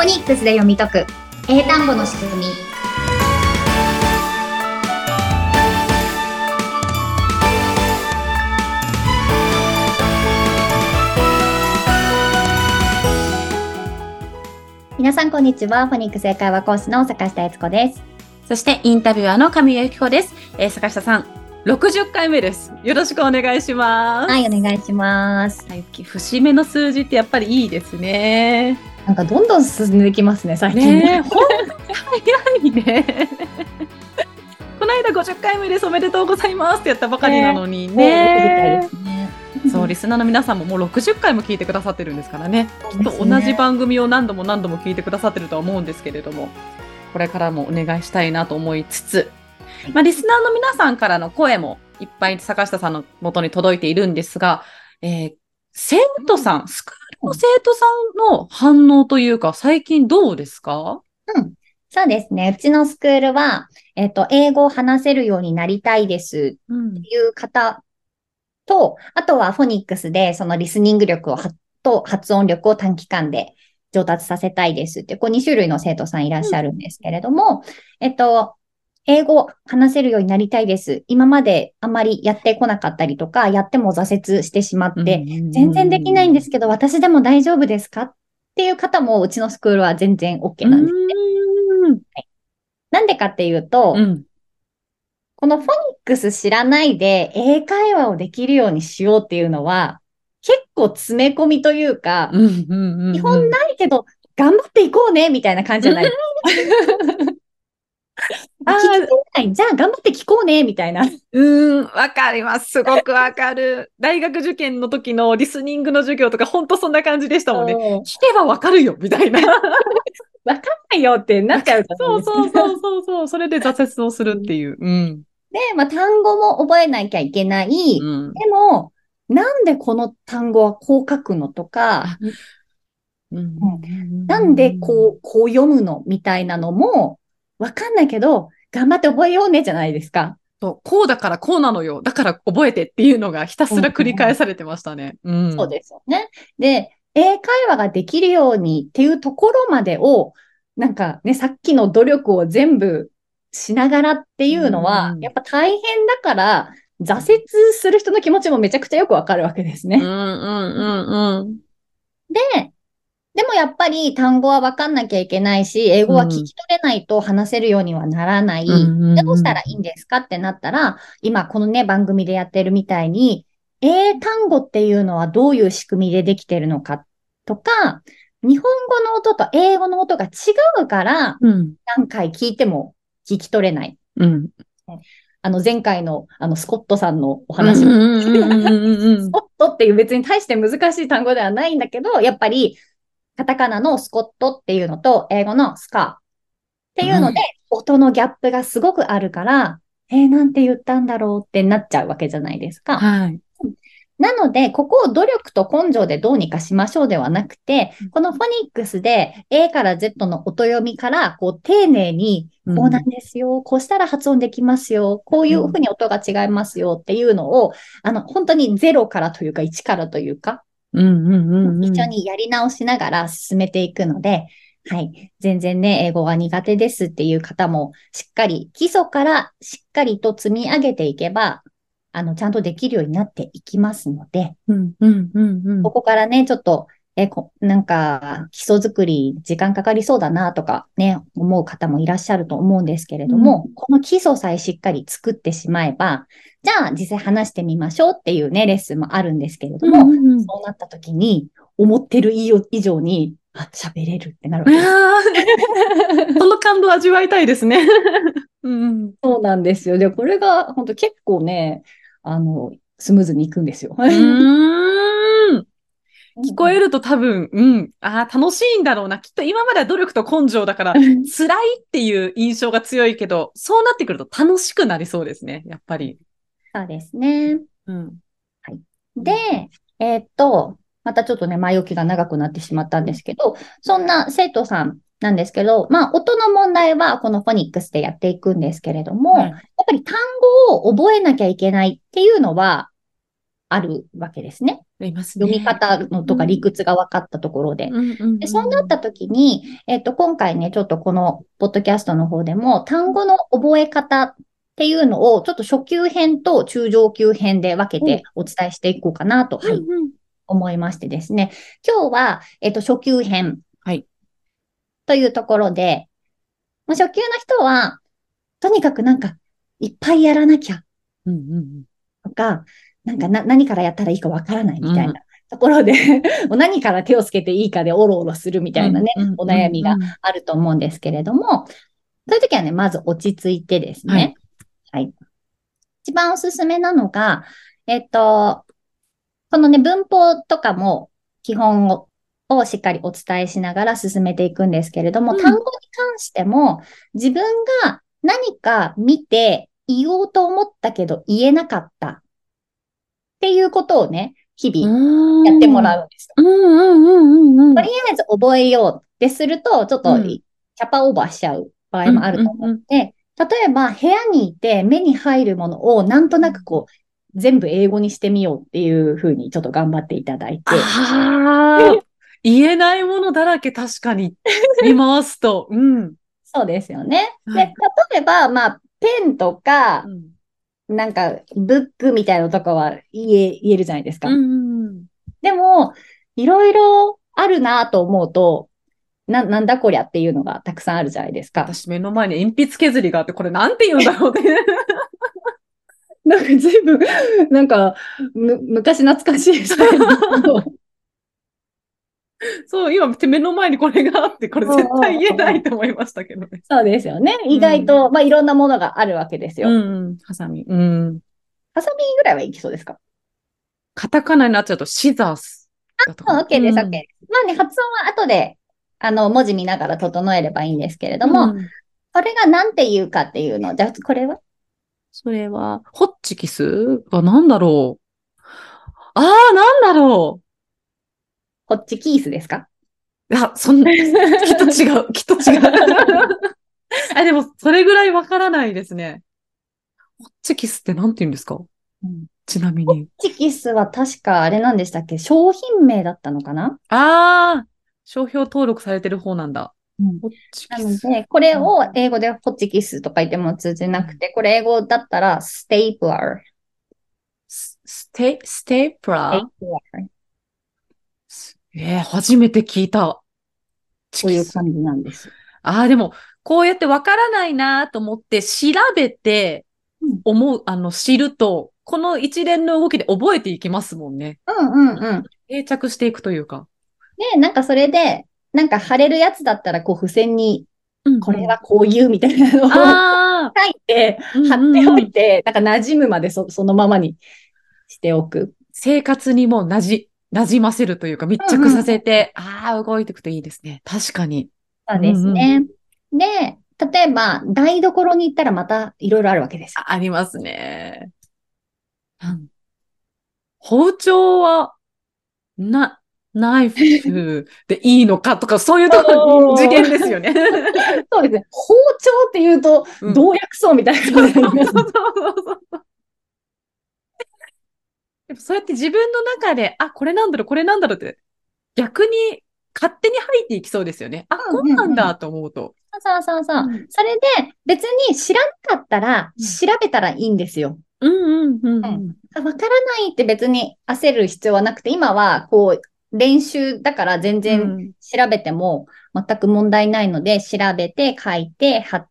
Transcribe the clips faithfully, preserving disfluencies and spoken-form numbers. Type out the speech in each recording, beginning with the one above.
ニックスで読み解く英単語の仕組み。皆さんこんにちは。フォニックス英会話講師の坂下悦子です。 そしてインタビュアーの神谷由紀子です。えー、坂下さん、ろくじゅっかいめです。よろしくお願いします。 はい、お願いします。 はい、節目の数字ってやっぱりいいですね。 なんかどんどん進んできますね、最近ね。本当に早いね。この間ごじゅっかいめです、おめでとうございますってやったばかりなのにね。ねそう、リスナーの皆さんももうろくじゅっかいも聞いてくださってるんですからね。きっと同じ番組を何度も何度も聞いてくださってるとは思うんですけれども、これからもお願いしたいなと思いつつ、まあ、リスナーの皆さんからの声もいっぱい坂下さんの元に届いているんですが、えー、生徒さん、スクールの生徒さんの反応というか、最近どうですか？ うん、そうですね。うちのスクールは、えっと、英語を話せるようになりたいですっていう方と、うん、あとはフォニックスでそのリスニング力をと発音力を短期間で上達させたいですって、こうに種類の生徒さんいらっしゃるんですけれども、うん、えっと、英語を話せるようになりたいです。今まであまりやってこなかったりとか、やっても挫折してしまって、全然できないんですけど、私でも大丈夫ですかっていう方も、うちのスクールは全然 OK なんですね。はい、なんでかっていうと、うん、このフォニックス知らないで英会話をできるようにしようっていうのは、結構詰め込みというか、うんうんうんうん、基本ないけど、頑張っていこうね、みたいな感じじゃないですか。あ、聞き取れない。じゃあ頑張って聞こうね、みたいな。 うーん、わかります。すごくわかる。大学受験の時のリスニングの授業とか、ほんとそんな感じでしたもんね。聞けばわかるよ、みたいな。 わかんないよってなっちゃうじゃないですか。 そうそうそうそうそう。それで挫折をするっていう。うん、 で、まあ、単語も覚えなきゃいけない。うん、でも、なんでこの単語はこう書くのとか、なんでこう、こう読むのみたいなのも、わかんないけど、頑張って覚えようねじゃないですか。 そう、こうだからこうなのよ。だから覚えてっていうのがひたすら繰り返されてましたね。 うんうん、そうですよね。で、英会話ができるようにっていうところまでを、なんかね、さっきの努力を全部しながらっていうのは、やっぱ大変だから、挫折する人の気持ちもめちゃくちゃよくわかるわけですね。 うんうんうんうん。 で、でもやっぱり単語は分かんなきゃいけないし、英語は聞き取れないと話せるようにはならない。うん、どうしたらいいんですかってなったら、今このね、番組でやってるみたいに、英単語っていうのはどういう仕組みでできてるのかとか、日本語の音と英語の音が違うから、何回聞いても聞き取れない。うん、あの前回のあのスコットさんのお話も、スコットっていう別に大して難しい単語ではないんだけど、やっぱりカタカナのスコットっていうのと、英語のスカーっていうので、うん、音のギャップがすごくあるから、えー、なんて言ったんだろうってなっちゃうわけじゃないですか。はい。なので、ここを努力と根性でどうにかしましょうではなくて、このフォニックスで A から Z の音読みから、こう丁寧に、こうなんですよ、うん、こうしたら発音できますよ、こういうふうに音が違いますよっていうのを、あの、本当にゼロからというかいちからというか、うんうんうんうん、一緒にやり直しながら進めていくので、はい。全然ね、英語が苦手ですっていう方も、しっかり、基礎からしっかりと積み上げていけば、あの、ちゃんとできるようになっていきますので、うんうんうんうん、ここからね、ちょっと、え、こなんか、基礎作り、時間かかりそうだなとかね、思う方もいらっしゃると思うんですけれども、うん、この基礎さえしっかり作ってしまえば、じゃあ実際話してみましょうっていうね、レッスンもあるんですけれども、うんうんうん、そうなった時に、思ってる以上に、あ、喋れるってなるわけです。 その感動を味わいたいですね。 うん、そうなんですよ。で、これが本当結構ね、あの、スムーズにいくんですよ。うーん聞こえると多分、うん、ああ、楽しいんだろうな。きっと今までは努力と根性だから、辛いっていう印象が強いけど、そうなってくると楽しくなりそうですね、やっぱり。 そうですね。うん。はい。で、えー、っと、またちょっとね、前置きが長くなってしまったんですけど、そんな生徒さんなんですけど、まあ、音の問題はこのフォニックスでやっていくんですけれども、はい、やっぱり単語を覚えなきゃいけないっていうのはあるわけですね。 います読みね。 方のとか理屈が分かったところで。で、そうなった時に、えっと、今回ね、ちょっとこのポッドキャストの方でも、単語の覚え方っていうのを、ちょっと初級編と中上級編で分けてお伝えしていこうかなと、はい、思いましてですね。今日は、えっと、初級編。 はい。 というところで、まあ、初級の人は、とにかくなんか、いっぱいやらなきゃ。 うんうんうんとか、なんかな何からやったらいいかわからないみたいなところで、もう何から手をつけていいかでおろおろするみたいなね、お悩みがあると思うんですけれども、そういう時はね、まず落ち着いてですね。はい。はい、一番おすすめなのが、えっと、このね、文法とかも基本ををしっかりお伝えしながら進めていくんですけれども、うん、単語に関しても自分が何か見て言おうと思ったけど言えなかったっていうことをね、日々やってもらうんですよ。とりあえず覚えようってすると、ちょっとキャパオーバーしちゃう場合もあると思うので、例えば部屋にいて目に入るものをなんとなくこう、全部英語にしてみようっていうふうにちょっと頑張っていただいて。 ああ、言えないものだらけ確かに見ますと。うん。 そうですよね。で、例えば、まあ、ペンとか、うん、なんか、ブックみたいなのとかは言え、言えるじゃないですか。うんうん、でも、いろいろあるなと思うと、な、なんだこりゃっていうのがたくさんあるじゃないですか。 私目の前に鉛筆削りがあって、これなんて言うんだろうって。 なんか随分、なんか、む、昔懐かしいですけど。 そう、今目の前にこれがあって、これ絶対言えないと思いましたけどね。 そうですよね。意外と、うん、まあいろんなものがあるわけですよ。 うん、ハサミ。うん。 ハサミぐらいはいきそうですか？ カタカナになっちゃうとシザースだとか。 あ、OK です、OK。うん、まあね、発音は後で、あの、文字見ながら整えればいいんですけれども、うん、これが何て言うかっていうの。じゃあ、これはそれは、ホッチキスが何だろう。ああ、なんだろう。 ホッチキースですか？ いや、そんな、きっと違う、きっと違う。あ、でも、それぐらいわからないですね。ホッチキスって何て言うんですか？うん、ちなみに。 ホッチキスは確かあれなんでしたっけ？商品名だったのかな？ ああ、商標登録されてる方なんだ。 うん、なので、これを英語でホッチキスとか言っても通じなくて、うん、これ英語だったらステープラー。 ステ、ステープラーえー、初めて聞いた。 そういう感じなんです。 ああ、でも、こうやってわからないなと思って調べて、思う、あの、知ると、この一連の動きで覚えていきますもんね。 うんうんうん。 定着していくというか。 で、なんかそれで、なんか貼れるやつだったら、こう、付箋に、これはこういうみたいなのを書いて、貼っておいて、なんか馴染むまで そ, そのままにしておく。 生活にもなじ、馴染ませるというか、密着させて、うんうん、ああ、動いていくといいですね。確かに。 そうですね。うんうん、で、例えば、台所に行ったらまたいろいろあるわけですよ。 ありますね。うん、包丁は、な、ナイフでいいのかとか、そういうところ、次元ですよね。 そうですね。包丁って言うと、どう訳そうみたいな、うん。そうそうそうそうやって自分の中で、あ、これなんだろう、これなんだろうって、逆に勝手に入っていきそうですよね。あ、こうなんだと思うと。 そうそうそう。うん、それで、別に知らなかったら、調べたらいいんですよ。 うんうんうん、うん。 わからないって別に焦る必要はなくて、今は、こう、練習だから全然調べても全く問題ないので、調べて、書いて、貼って、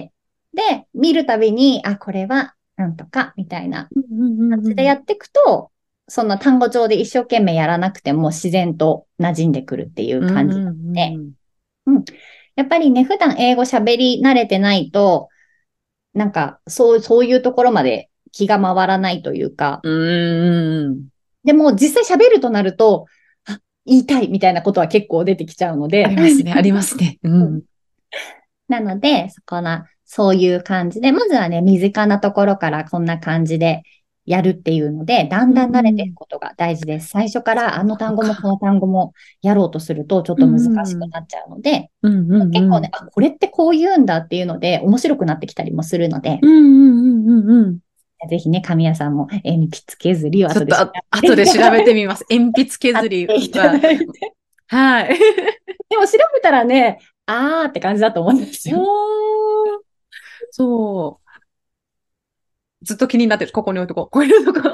で、見るたびに、あ、これはなんとか、みたいな感じでやっていくと、そんな単語帳で一生懸命やらなくても自然と馴染んでくるっていう感じなので、うん、やっぱりね、普段英語喋り慣れてないと、なんか、そう、そういうところまで気が回らないというか、 うんでも実際喋るとなると、あ、言いたいみたいなことは結構出てきちゃうので。 ありますね、ありますね。うん、 なので、そこな、そういう感じで、まずはね、身近なところからこんな感じでやるっていうので、だんだん慣れていくことが大事です。最初からあの単語もこの単語もやろうとするとちょっと難しくなっちゃうので、結構ね、あ、これってこう言うんだっていうので面白くなってきたりもするので、 ぜひね、神谷さんも鉛筆削りをちょっと後で調あ後で調べてみます。鉛筆削りべていたは。 だいて。 はい。 でも調べたらね、あーって感じだと思うんですよ。 おー、そう。ずっと気になってる。ここに置いとこう。こういうとこ。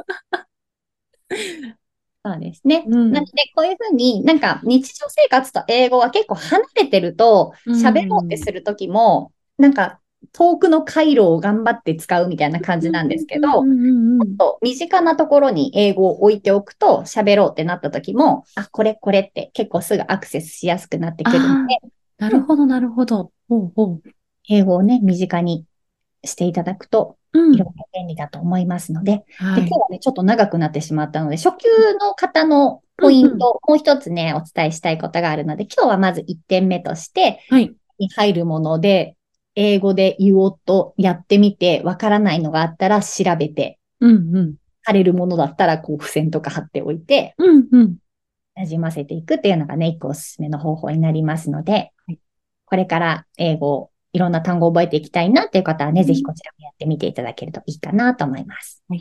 そうですね。 うん。 なので、こういうふうになんか日常生活と英語は結構離れてると、 う喋ろうってん。 するときも、なんか遠くの回路を頑張って使うみたいな感じなんですけど、 うんうんうんうん。 ちょっと身近なところに英語を置いておくと喋ろうってなった時も、あ、これこれって結構すぐアクセスしやすくなってくるので、 ああ、なうん、 るほど、なるほど。ほうほう。 英語をね、身近にしていただくと、 うん。 いろいろ便利だと思いますので、で、 はい。 今日はね、ちょっと長くなってしまったので、初級の方のポうんうん。 イント、もう一つね、お伝えしたいことがあるので、今日はまずいってんめとして、 はい。 に入るもので、英語で言おうとやってみて、わからないのがあったら調べて、 うんうん。 貼れるものだったら、こう、付箋とか貼っておいて、 うんうん。 馴染ませていくっていうのがね、一個おすすめの方法になりますので、 はい。 これから英語、いろんな単語を覚えていきたいなっていう方はね、ぜひうん。 こちらもやってみていただけるといいかなと思います。 はい。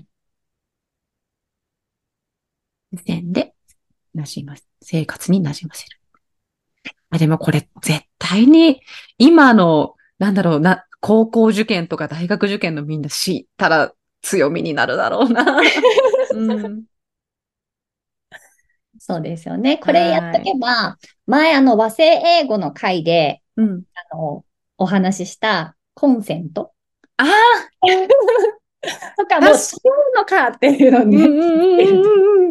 線で馴染ませ、生活に馴染ませる。あ、でもこれ絶対に今の、なんだろうな、高校受験とか大学受験のみんな知ったら強みになるだろうな。うん。 そうですよね。これやっとはい。 けば、前あの和製英語の回で、 うん。 あの、お話ししたコンセントああ、 とかも違確か、 うのかっていうのをうんうね、気づける。 んうんうんうん。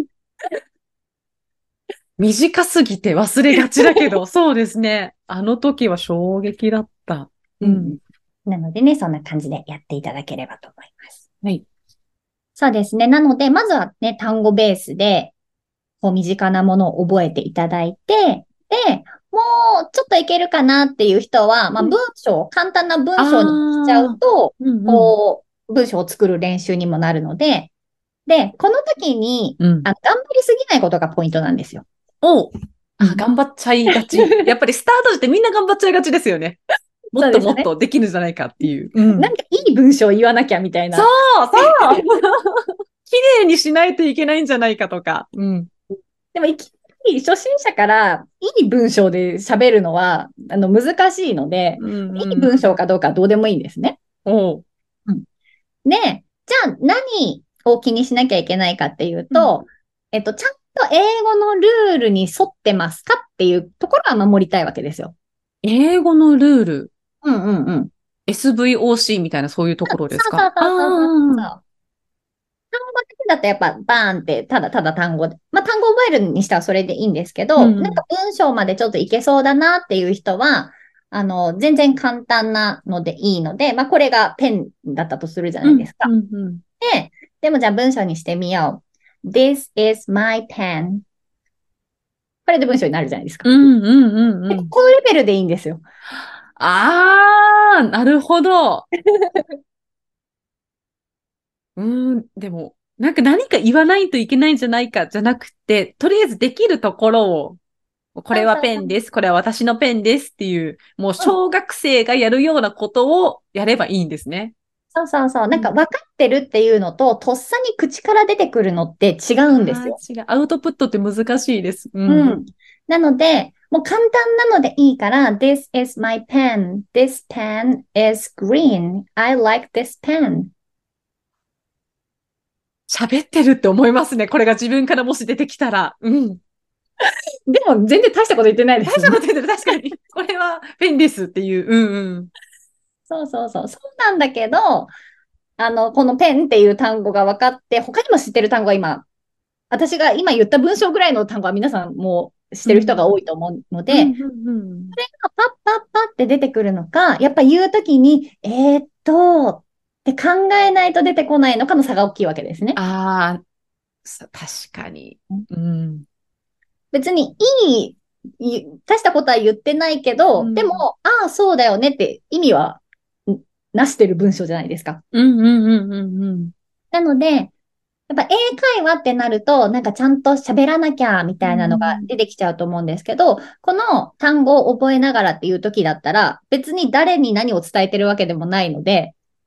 短すぎて忘れがちだけど、そうですね。あの時は衝撃だった。うん。 うんうん。なのでね、そんな感じでやっていただければと思います。 はい。 そうですね。なので、まずはね、単語ベースで、こう身近なものを覚えていただいて、で、もうちょっといけるかなっていう人は、まあ、 うん。 文章、簡単な文章にしちゃうああ、 と、 うんうん。 こう、文章を作る練習にもなるので、で、この時に、 うん。 あの、頑張りすぎないことがポイントなんですよ。 お、あ、 うん。 頑張っちゃいがち。やっぱりスタート時ってみんな頑張っちゃいがちですよね。もっともっそうですよね。 とできるんじゃないかっていう。うん。 なんかいい文章を言わなきゃみたいそな。 う、そう。綺麗にしないといけないんじゃないかとか。うん。 でも、いきなり初心者からいい文章で喋るのは、あの、難しいので、 うんいいうん。 文章かどうかはどうでもいいんですね。 おう。 うん。で、じゃあ何を気にしなきゃいけないかっていううん。 と、えっと、ちゃんと英語のルールに沿ってますかっていうところは守りたいわけですよ。 英語のルール。 うんうんうん。 エスブイオーシー みたいなそういうところですそうか？あそうそうそうそうあ。 そう。単語だけだとやっぱバーンってただただ単語で、まあ単語覚えるにしてはそれでいいんですけど、なんかうん。 文章までちょっといけそうだなっていう人は、あの、全然簡単なのでいいので、まあこれがペンだったとするじゃなうん。 いですか。 うん。うん。 で、でもじゃあ文章にしてみよう。This is my pen. これで文章になるじゃないですか。 うん。うん。うん。うん。 このレベルでいいんですよ。 ああ、なるほど。うーん、でも、なんか何か言わないといけないんじゃないかじゃなくて、とりあえずできるところを、これはそうそうそう。 ペンです、これは私のペンですっていう、もううん。 小学生がやるようなことをやればいいんですね。 そうそうそう。なんかうん。 分かってるっていうのと、とっさに口から出てくるのって違うんですああ、 よ。 違う。アウトプットって難しいです。うん。 うん。なので、もう簡単なのでいいから、This is my pen. This pen is green. I like this pen. 喋ってるって思いますね。これが自分からもし出てきたら。うん。 でも全然大したこと言ってないで大すよね。 したこと言ってる。確かに。これはペンですっていう。うんうん。 そうそうそう。そうなんだけど、あの、このペンっていう単語が分かって、他にも知ってる単語が今、私が今言った文章ぐらいの単語は皆さんも知ってる人がうん。 多いと思うので、 うん。うん。うん。 パッパッパッって出てくるのか、やっぱ言うときに、えーっと、って考えないと出てこないのかの差が大きいわけですね。 ああ、さ確かに。うん。 別にいい、い大したことは言ってないけど、でうん。 も、ああ、そうだよねって意味はんなしてる文章じゃないですか。 うんうんうんうんうん。 なので、やっぱ英会話ってなると、なんかちゃんと喋らなきゃみうたいなのがん。 出てきちゃうと思うんですけど、この単語を覚えながらっていう時だったら、別に誰に何を伝えてるわけでもないので、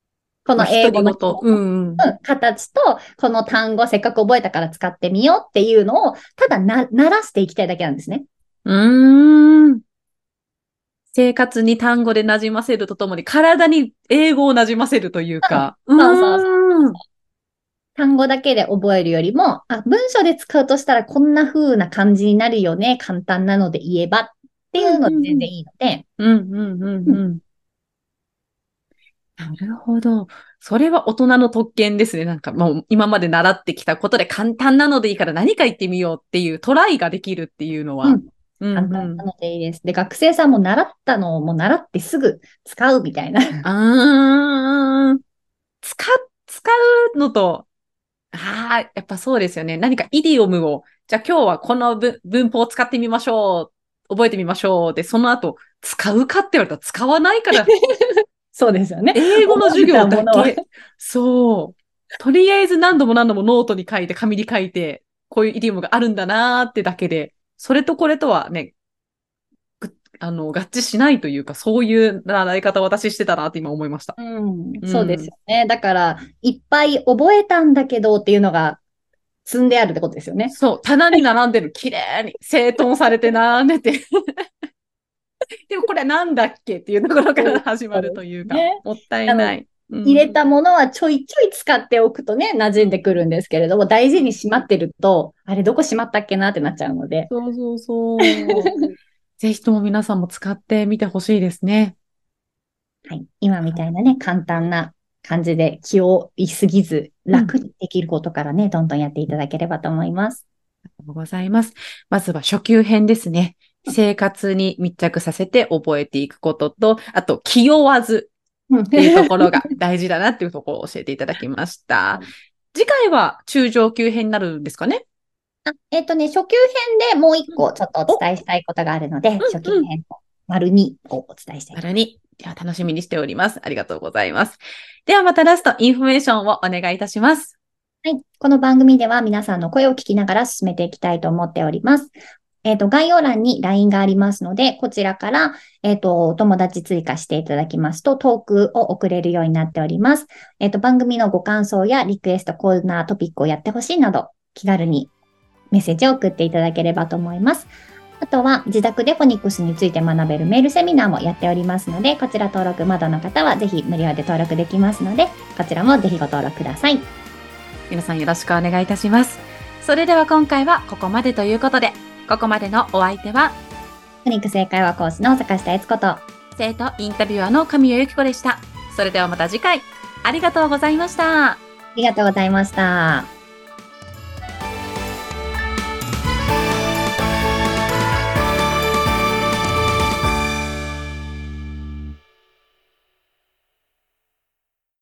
この英語の、 まあ、うんうん、 形と、この単語せっかく覚えたから使ってみようっていうのを、ただな、慣らしていきたいだけなんですね。 うーん。生活に単語で馴染ませるとともに、体に英語を馴染ませるというか。 うん、そうそうそううーん。 単語だけで覚えるよりも、あ、文章で使うとしたらこんな風な感じになるよね。簡単なので言えばっていうので全然いいので。 うんうんうんうん。なるほど。それは大人の特権ですね。なんかもう今まで習ってきたことで簡単なのでいいから何か言ってみようっていうトライができるっていうのは。 うん。簡単なのでいいです。で、学生さんも習ったのをもう習ってすぐ使うみたいな。 あー、使、使うのと、ああ、やっぱそうですよね。何かイディオムを、じゃあ今日はこの文文法を使ってみましょう。覚えてみましょう。で、その後、使うかって言われたら使わないから、 そうですよね。 英語の授業覚えたものは。 だけ、そう。とりあえず何度も何度もノートに書いて、紙に書いて、こういうイディオムがあるんだなーってだけで、それとこれとはね、ぐあの、合致しないというか、そういう習い方を私してたなって今思いました。 うん、 うそうですん。 よね。だから、いっぱい覚えたんだけどっていうのが積んであるってことですよね。 そう、棚に並んでる、綺麗に整頓されて並んでてでもこれなんだっけっていうところから始まるというか、 ね。 もったいあの、 ない。う入れたん。 ものはちょいちょい使っておくとね、馴染んでくるんですけれども、大事にしまってると、あれどこしまったっけなってなっちゃうので。 そうそうそう。ぜひとも皆さんも使ってみてほしいですね。 はい。今みたいなね、簡単な感じで気を言いすぎず、 うん。 楽にできることからね、どんどんやっていただければと思います。 ありがとうございます。まずは初級編ですね。生活に密着させて覚えていくことと、あと気負わずうん。 っていうところが大事だなっていうところを教えていただきました。次回は中上級編になるんですかね。 あ、えっとね、初級編でもう一うん。 個ちょっとおお、 伝えしたいことがあるので、初級うんうん。 編の丸にをお伝えしたいと。 丸に。では楽しみにしております。ありがとうございます。ではまたラストインフォメーションをお願いいたします。 はい。この番組では皆さんの声を聞きながら進めていきたいと思っております。えっと、概要欄に ライン がありますので、こちらから、えっと、お友達追加していただきますと、トークを送れるようになっております。えっと、番組のご感想やリクエスト、こんなトピックをやってほしいなど、気軽にメッセージを送っていただければと思います。あとは、自宅でフォニックスについて学べるメールセミナーもやっておりますので、こちら登録まだの方はぜひ無料で登録できますので、こちらもぜひご登録ください。 皆さんよろしくお願いいたします。それでは今回はここまでということで、ここまでのお相手は、 フォニックス英会話講師の坂下悦子と、 生徒インタビュアーの神谷由紀子でした。それではまた次回、ありがとうございました。 ありがとうございました。